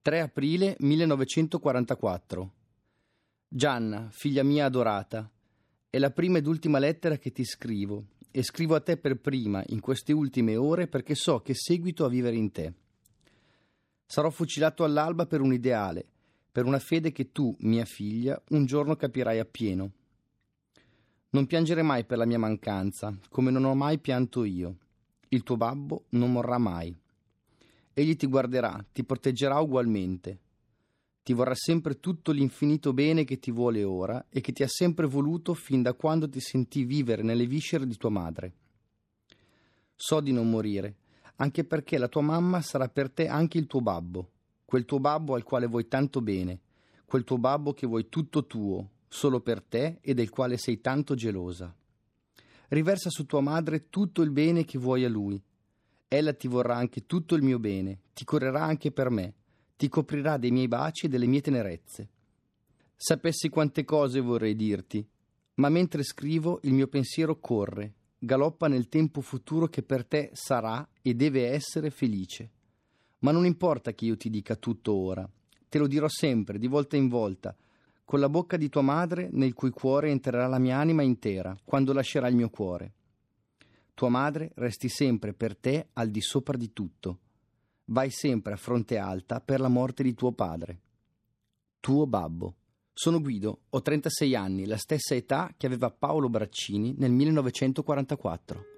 3 aprile 1944. Gianna, figlia mia adorata, è la prima ed ultima lettera che ti scrivo, e scrivo a te per prima in queste ultime ore perché so che seguito a vivere in te. Sarò fucilato all'alba per un ideale, per una fede che tu, mia figlia, un giorno capirai appieno. Non piangere mai per la mia mancanza, come non ho mai pianto io. Il tuo babbo non morrà mai. Egli ti guarderà, ti proteggerà ugualmente. Ti vorrà sempre tutto l'infinito bene che ti vuole ora e che ti ha sempre voluto fin da quando ti sentì vivere nelle viscere di tua madre. So di non morire, anche perché la tua mamma sarà per te anche il tuo babbo, quel tuo babbo al quale vuoi tanto bene, quel tuo babbo che vuoi tutto tuo, solo per te e del quale sei tanto gelosa. Riversa su tua madre tutto il bene che vuoi a lui. Ella ti vorrà anche tutto il mio bene, ti correrà anche per me, ti coprirà dei miei baci e delle mie tenerezze. Sapessi quante cose vorrei dirti, ma mentre scrivo il mio pensiero corre, galoppa nel tempo futuro che per te sarà e deve essere felice. Ma non importa che io ti dica tutto ora, te lo dirò sempre, di volta in volta, con la bocca di tua madre nel cui cuore entrerà la mia anima intera, quando lascerà il mio cuore. Tua madre resti sempre per te al di sopra di tutto. Vai sempre a fronte alta per la morte di tuo padre. Tuo babbo. Sono Guido, ho 36 anni, la stessa età che aveva Paolo Braccini nel 1944.